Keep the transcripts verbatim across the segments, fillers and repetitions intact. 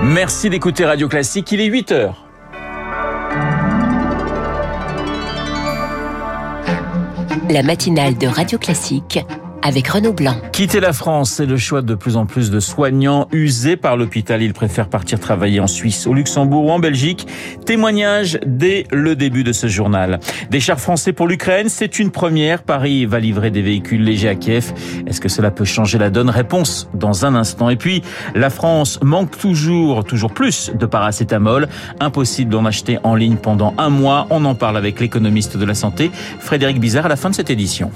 Merci d'écouter Radio Classique, il est huit heures. La matinale de Radio Classique avec Renaud Blanc. Quitter la France, c'est le choix de plus en plus de soignants usés par l'hôpital. Ils préfèrent partir travailler en Suisse, au Luxembourg ou en Belgique. Témoignage dès le début de ce journal. Des chars français pour l'Ukraine, c'est une première. Paris va livrer des véhicules légers à Kiev. Est-ce que cela peut changer la donne? Réponse dans un instant. Et puis, la France manque toujours, toujours plus de paracétamol. Impossible d'en acheter en ligne pendant un mois. On en parle avec l'économiste de la santé, Frédéric Bizard, à la fin de cette édition.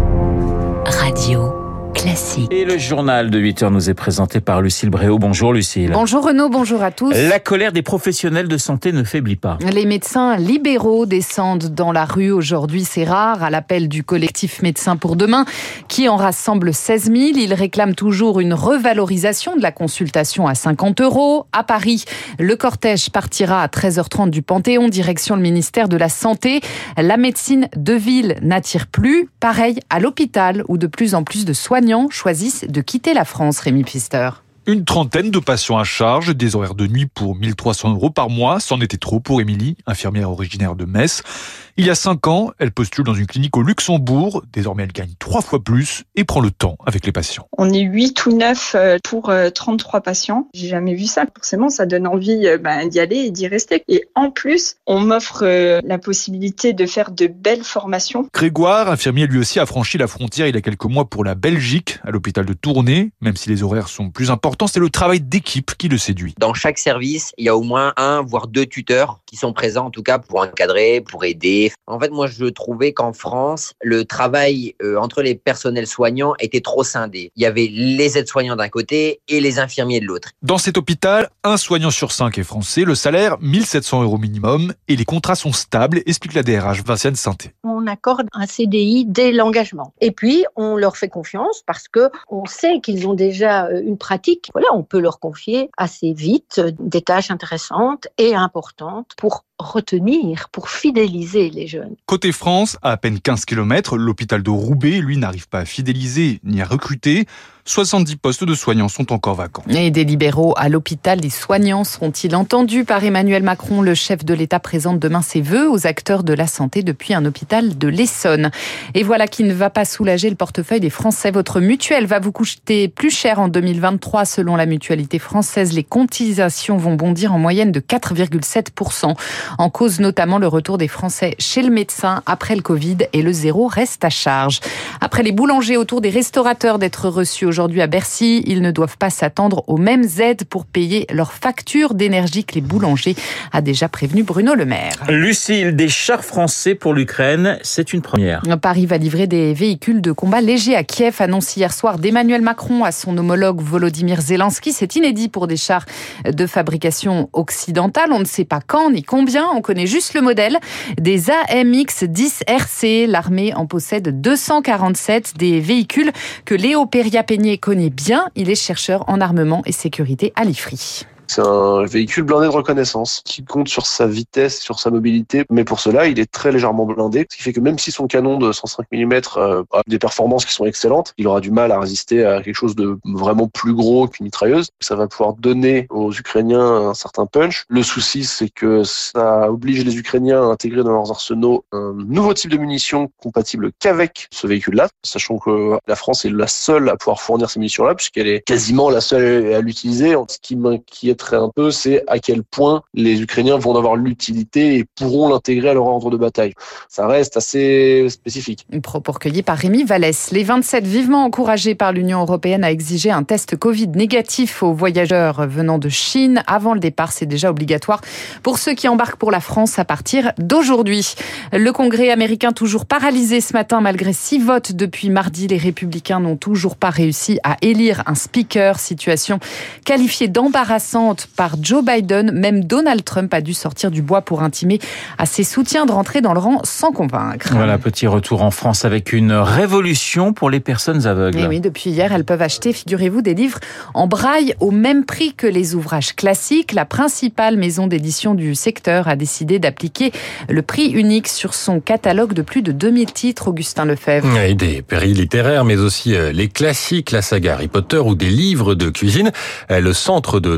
Radio Classique. Et le journal de huit heures nous est présenté par Lucille Bréau. Bonjour Lucille. Bonjour Renaud, bonjour à tous. La colère des professionnels de santé ne faiblit pas. Les médecins libéraux descendent dans la rue aujourd'hui, c'est rare, à l'appel du collectif Médecins pour demain, qui en rassemble seize mille. Ils réclament toujours une revalorisation de la consultation à cinquante euros. À Paris, le cortège partira à treize heures trente du Panthéon, direction le ministère de la Santé. La médecine de ville n'attire plus. Pareil à l'hôpital, où de plus en plus de soignants choisissent de quitter la France, Rémi Pfister. Une trentaine de patients à charge, des horaires de nuit pour mille trois cents euros par mois. C'en était trop pour Émilie, infirmière originaire de Metz. Il y a cinq ans, elle postule dans une clinique au Luxembourg. Désormais, elle gagne trois fois plus et prend le temps avec les patients. On est huit ou neuf pour trente-trois patients. J'ai jamais vu ça. Forcément, ça donne envie ben, d'y aller et d'y rester. Et en plus, on m'offre la possibilité de faire de belles formations. Grégoire, infirmier, lui aussi a franchi la frontière il y a quelques mois pour la Belgique, à l'hôpital de Tournai. Même si les horaires sont plus importants, c'est le travail d'équipe qui le séduit. Dans chaque service, il y a au moins un, voire deux tuteurs qui sont présents, en tout cas pour encadrer, pour aider. En fait, moi, je trouvais qu'en France, le travail euh, entre les personnels soignants était trop scindé. Il y avait les aides-soignants d'un côté et les infirmiers de l'autre. Dans cet hôpital, un soignant sur cinq est français, le salaire mille sept cents euros minimum et les contrats sont stables, explique la D R H Vinciane Sainté. On accorde un C D I dès l'engagement. Et puis, on leur fait confiance parce que on sait qu'ils ont déjà une pratique. Voilà, on peut leur confier assez vite des tâches intéressantes et importantes pour retenir, pour fidéliser les jeunes. Côté France, à à peine quinze kilomètres, l'hôpital de Roubaix, lui, n'arrive pas à fidéliser ni à recruter. soixante-dix postes de soignants sont encore vacants. Et des libéraux à l'hôpital, les soignants seront-ils entendus par Emmanuel Macron? Le chef de l'État présente demain ses vœux aux acteurs de la santé depuis un hôpital de l'Essonne. Et voilà qui ne va pas soulager le portefeuille des Français. Votre mutuelle va vous coûter plus cher en deux mille vingt-trois. Selon la mutualité française, les cotisations vont bondir en moyenne de quatre virgule sept pour cent. En cause notamment le retour des Français chez le médecin après le Covid et le zéro reste à charge. Après les boulangers autour des restaurateurs d'être reçus aujourd'hui à Bercy, ils ne doivent pas s'attendre aux mêmes aides pour payer leurs factures d'énergie que les boulangers, a déjà prévenu Bruno Le Maire. Lucille, des chars français pour l'Ukraine, c'est une première. Paris va livrer des véhicules de combat légers à Kiev, annonce hier soir d'Emmanuel Macron à son homologue Volodymyr Zelensky. C'est inédit pour des chars de fabrication occidentale. On ne sait pas quand ni combien, on connaît juste le modèle. Des A M X dix R C, l'armée en possède deux cent quarante-sept, des véhicules que Léo Péria-Peigné connaît bien. Il est chercheur en armement et sécurité à l'I F R I. C'est un véhicule blindé de reconnaissance qui compte sur sa vitesse, sur sa mobilité, mais pour cela, il est très légèrement blindé, ce qui fait que même si son canon de cent cinq millimètres euh, a des performances qui sont excellentes, il aura du mal à résister à quelque chose de vraiment plus gros qu'une mitrailleuse. Ça va pouvoir donner aux Ukrainiens un certain punch. Le souci, c'est que ça oblige les Ukrainiens à intégrer dans leurs arsenaux un nouveau type de munitions compatible qu'avec ce véhicule-là, sachant que la France est la seule à pouvoir fournir ces munitions-là, puisqu'elle est quasiment la seule à l'utiliser. Ce qui m'inquiète un peu, c'est à quel point les Ukrainiens vont en avoir l'utilité et pourront l'intégrer à leur ordre de bataille. Ça reste assez spécifique. Une propos recueilli par Rémi Vallès. Les vingt-sept, vivement encouragés par l'Union européenne à exiger un test Covid négatif aux voyageurs venant de Chine avant le départ. C'est déjà obligatoire pour ceux qui embarquent pour la France à partir d'aujourd'hui. Le Congrès américain toujours paralysé ce matin malgré six votes depuis mardi. Les républicains n'ont toujours pas réussi à élire un speaker. Situation qualifiée d'embarrassante par Joe Biden. Même Donald Trump a dû sortir du bois pour intimer à ses soutiens de rentrer dans le rang sans convaincre. Voilà, petit retour en France avec une révolution pour les personnes aveugles. Et oui, depuis hier, elles peuvent acheter, figurez-vous, des livres en braille au même prix que les ouvrages classiques. La principale maison d'édition du secteur a décidé d'appliquer le prix unique sur son catalogue de plus de deux mille titres, Augustin Lefebvre. Et des péris littéraires, mais aussi les classiques, la saga Harry Potter ou des livres de cuisine. Le centre de transcription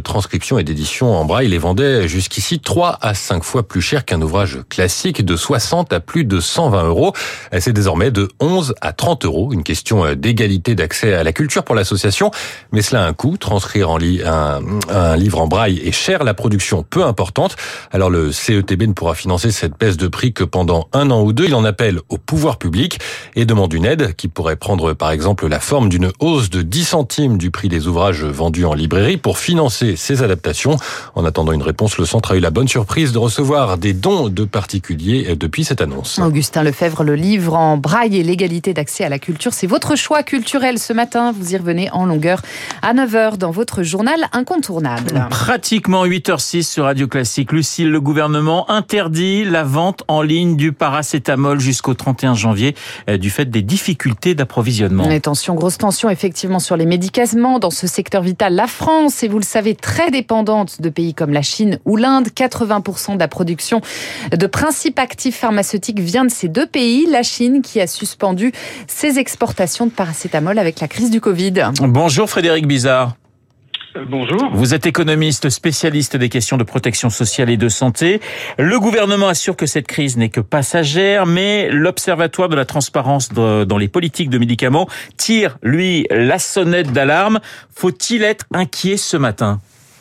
traduction et d'édition en braille les vendaient jusqu'ici trois à cinq fois plus cher qu'un ouvrage classique, de soixante à plus de cent vingt euros. C'est désormais de onze à trente euros. Une question d'égalité d'accès à la culture pour l'association. Mais cela a un coût. Transcrire en li- un, un livre en braille est cher, la production peu importante. Alors le C E T B ne pourra financer cette baisse de prix que pendant un an ou deux. Il en appelle au pouvoir public et demande une aide qui pourrait prendre par exemple la forme d'une hausse de dix centimes du prix des ouvrages vendus en librairie pour financer ces adaptations. En attendant une réponse, le centre a eu la bonne surprise de recevoir des dons de particuliers depuis cette annonce. Augustin Lefebvre, le livre en braille et l'égalité d'accès à la culture, c'est votre choix culturel ce matin. Vous y revenez en longueur à neuf heures dans votre journal incontournable. Pratiquement huit heures six sur Radio Classique. Lucille, le gouvernement interdit la vente en ligne du paracétamol jusqu'au trente et un janvier du fait des difficultés d'approvisionnement. Les tensions, grosse tension effectivement sur les médicaments dans ce secteur vital. La France est, vous le savez, très dépendante de pays comme la Chine ou l'Inde. quatre-vingts pour cent de la production de principes actifs pharmaceutiques vient de ces deux pays. La Chine qui a suspendu ses exportations de paracétamol avec la crise du Covid. Bonjour Frédéric Bizard. Bonjour. Vous êtes économiste, spécialiste des questions de protection sociale et de santé. Le gouvernement assure que cette crise n'est que passagère, mais l'Observatoire de la transparence dans les politiques de médicaments tire, lui, la sonnette d'alarme. Faut-il être inquiet ce matin ?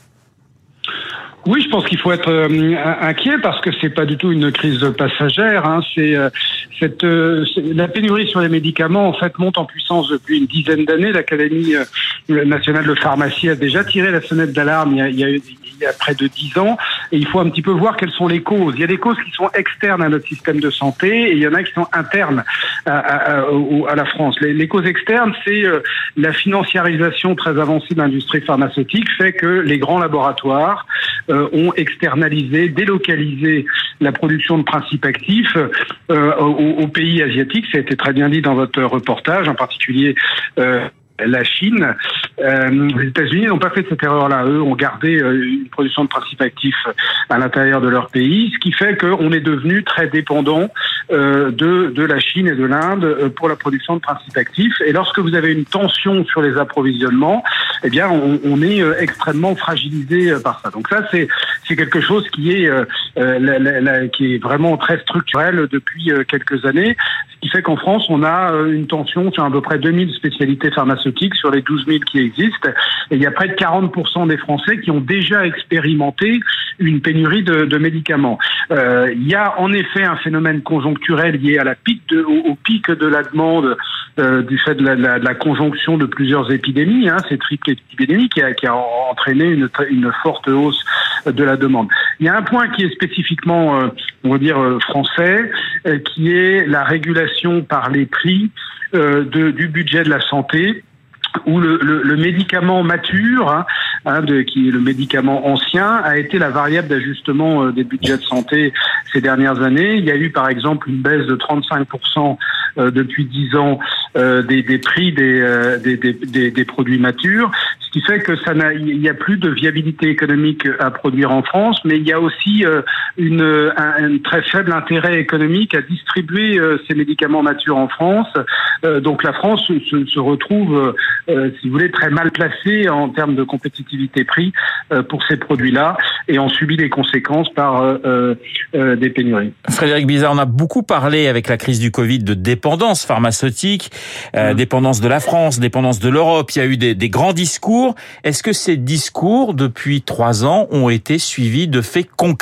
Oui, je pense qu'il faut être euh, inquiet parce que c'est pas du tout une crise passagère. Hein. C'est euh, cette euh, c'est, la pénurie sur les médicaments en fait monte en puissance depuis une dizaine d'années. L'Académie euh, nationale de pharmacie a déjà tiré la sonnette d'alarme il y a, il y a, il y a près de dix ans. Et il faut un petit peu voir quelles sont les causes. Il y a des causes qui sont externes à notre système de santé et il y en a qui sont internes à, à, à, à la France. Les, les causes externes, c'est euh, la financiarisation très avancée de l'industrie pharmaceutique fait que les grands laboratoires Euh, ont externalisé, délocalisé la production de principes actifs euh, aux, aux pays asiatiques. Ça a été très bien dit dans votre reportage, en particulier euh, la Chine. Euh, les États-Unis n'ont pas fait cette erreur-là. Eux ont gardé euh, une production de principes actifs à l'intérieur de leur pays, ce qui fait qu'on est devenu très dépendant euh, de, de la Chine et de l'Inde euh, pour la production de principes actifs. Et lorsque vous avez une tension sur les approvisionnements, eh bien, on, on est euh, extrêmement fragilisé euh, par ça. Donc ça, c'est, c'est quelque chose qui est, euh, la, la, la, qui est vraiment très structurel depuis euh, quelques années, ce qui fait qu'en France, on a euh, une tension sur à peu près deux mille spécialités pharmaceutiques sur les douze mille qui existent. Et il y a près de quarante pour cent des Français qui ont déjà expérimenté une pénurie de, de médicaments. Euh, il y a en effet un phénomène conjoncturel lié à la pic de, au, au pic de la demande euh, du fait de la, de, la, de la conjonction de plusieurs épidémies, hein, ces triples épidémies qui a, qui a entraîné une, une forte hausse de la demande. Il y a un point qui est spécifiquement, euh, on va dire, euh, français, euh, qui est la régulation par les prix euh, de, du budget de la santé, où le, le, le médicament mature, hein, hein, de, qui est le médicament ancien, a été la variable d'ajustement euh, des budgets de santé ces dernières années. Il y a eu par exemple une baisse de trente-cinq pour cent euh, depuis dix ans euh, des, des prix des, euh, des, des, des, des produits matures, ce qui fait que ça n'a, il n'y a plus de viabilité économique à produire en France, mais il y a aussi euh, une, un, un très faible intérêt économique à distribuer euh, ces médicaments matures en France. Euh, donc la France se, se retrouve Euh, si vous voulez, très mal placé en termes de compétitivité-prix euh, pour ces produits-là et ont subi les conséquences par euh, euh, des pénuries. Frédéric Bizard, on a beaucoup parlé avec la crise du Covid de dépendance pharmaceutique, euh, mmh. dépendance de la France, dépendance de l'Europe. Il y a eu des, des grands discours. Est-ce que ces discours, depuis trois ans, ont été suivis de faits concrets ?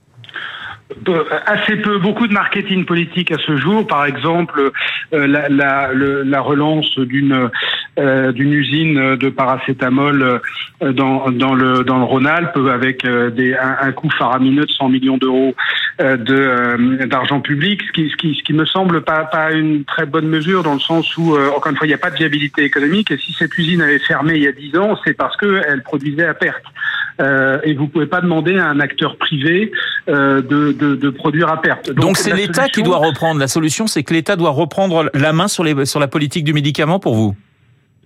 Assez peu, beaucoup de marketing politique à ce jour. Par exemple, euh, la, la, le, la relance d'une euh, d'une usine de paracétamol euh, dans dans le dans le Rhône-Alpes avec euh, des un, un coût faramineux de cent millions d'euros euh, de euh, d'argent public, ce qui ce qui ce qui me semble pas pas une très bonne mesure dans le sens où euh, encore une fois il n'y a pas de viabilité économique et si cette usine avait fermé il y a dix ans, c'est parce que elle produisait à perte. Euh, et vous pouvez pas demander à un acteur privé euh, de, de, de produire à perte. Donc, Donc c'est l'État solution... qui doit reprendre. La solution, c'est que l'État doit reprendre la main sur, les, sur la politique du médicament pour vous.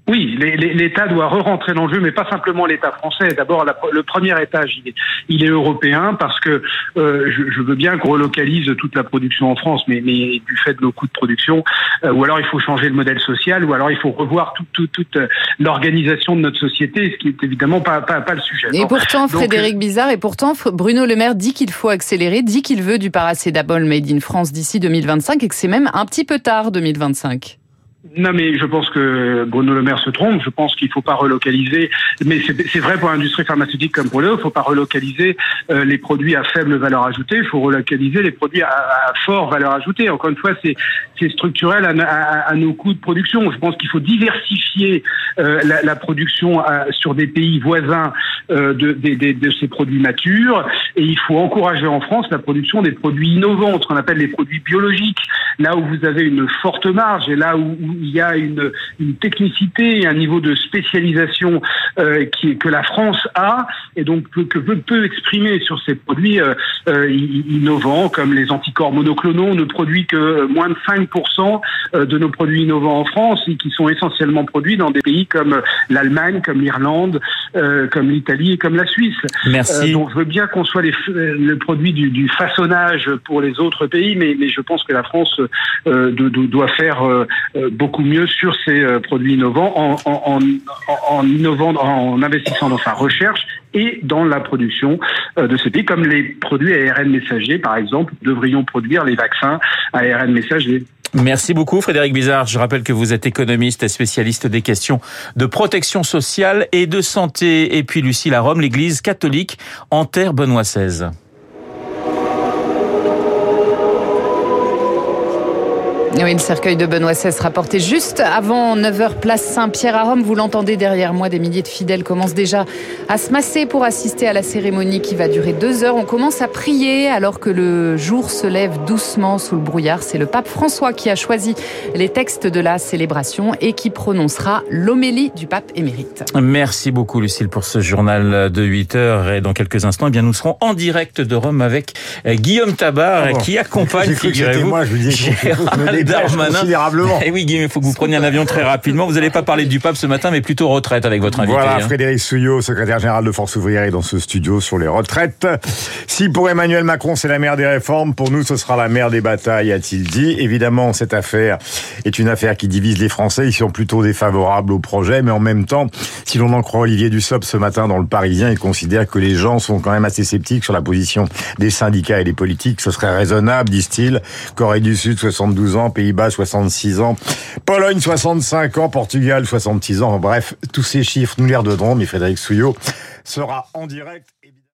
Oui, l'État doit re-rentrer dans le jeu, mais pas simplement l'État français. D'abord, la, le premier étage, il est, il est européen, parce que euh, je, je veux bien qu'on relocalise toute la production en France, mais, mais du fait de nos coûts de production, euh, ou alors il faut changer le modèle social, ou alors il faut revoir toute, toute, toute l'organisation de notre société, ce qui est évidemment pas, pas, pas le sujet. Et non. pourtant, Frédéric Donc, Bizard, et pourtant, Bruno Le Maire dit qu'il faut accélérer, dit qu'il veut du paracétamol made in France d'ici deux mille vingt-cinq, et que c'est même un petit peu tard, deux mille vingt-cinq. Non, mais je pense que Bruno Le Maire se trompe. Je pense qu'il ne faut pas relocaliser. Mais c'est vrai pour l'industrie pharmaceutique comme pour l'eau. Il ne faut pas relocaliser euh, les produits à faible valeur ajoutée. Il faut relocaliser les produits à, à fort valeur ajoutée. Encore une fois, c'est structurel à, à, à nos coûts de production. Je pense qu'il faut diversifier euh, la, la production à, sur des pays voisins euh, de, de, de, de ces produits matures. Et il faut encourager en France la production des produits innovants, ce qu'on appelle les produits biologiques. Là où vous avez une forte marge et là où, où il y a une, une technicité et un niveau de spécialisation euh, qui, que la France a et donc peut, que peut, peut exprimer sur ces produits euh, euh, innovants comme les anticorps monoclonaux. On ne produit que moins de cinq pour cent de nos produits innovants en France et qui sont essentiellement produits dans des pays comme l'Allemagne, comme l'Irlande, euh, comme l'Italie et comme la Suisse. Merci. Euh, donc je veux bien qu'on soit les, le produit du, du façonnage pour les autres pays, mais, mais je pense que la France euh, de, de, doit faire euh, beaucoup mieux sur ces euh, produits innovants en, en, en, en innovant, en investissant dans sa recherche et dans la production euh, de ces pays, comme les produits A R N messagers, par exemple, devrions produire les vaccins à A R N messagers. Merci beaucoup Frédéric Bizard. Je rappelle que vous êtes économiste et spécialiste des questions de protection sociale et de santé. Et puis Lucille à Rome, l'église catholique enterre Benoît seize. Oui, le cercueil de Benoît seize sera porté juste avant neuf heures place Saint-Pierre à Rome. Vous l'entendez derrière moi, des milliers de fidèles commencent déjà à se masser pour assister à la cérémonie qui va durer deux heures. On commence à prier alors que le jour se lève doucement sous le brouillard. C'est le pape François qui a choisi les textes de la célébration et qui prononcera l'homélie du pape émérite. Merci beaucoup Lucille pour ce journal de huit heures. Et dans quelques instants, eh bien, nous serons en direct de Rome avec Guillaume Tabar ah bon. qui accompagne, figurez-vous, moi, je vous dis Darmanin. Considérablement. Et oui, Guillaume, il faut que vous preniez un avion très rapidement. Vous n'allez pas parler du pape ce matin, mais plutôt retraite avec votre invité. Voilà, hein. Frédéric Souillot, secrétaire général de Force ouvrière, est dans ce studio sur les retraites. Si pour Emmanuel Macron, c'est la mère des réformes, pour nous, ce sera la mère des batailles, a-t-il dit. Évidemment, cette affaire est une affaire qui divise les Français. Ils sont plutôt défavorables au projet, mais en même temps, si l'on en croit Olivier Dussopt ce matin dans Le Parisien, il considère que les gens sont quand même assez sceptiques sur la position des syndicats et des politiques. Ce serait raisonnable, disent-ils. Corée du Sud, soixante-douze ans, Pays-Bas, soixante-six ans, Pologne, soixante-cinq ans, Portugal, soixante-six ans. Bref, tous ces chiffres, nous les redonnerons, mais Frédéric Souillot sera en direct.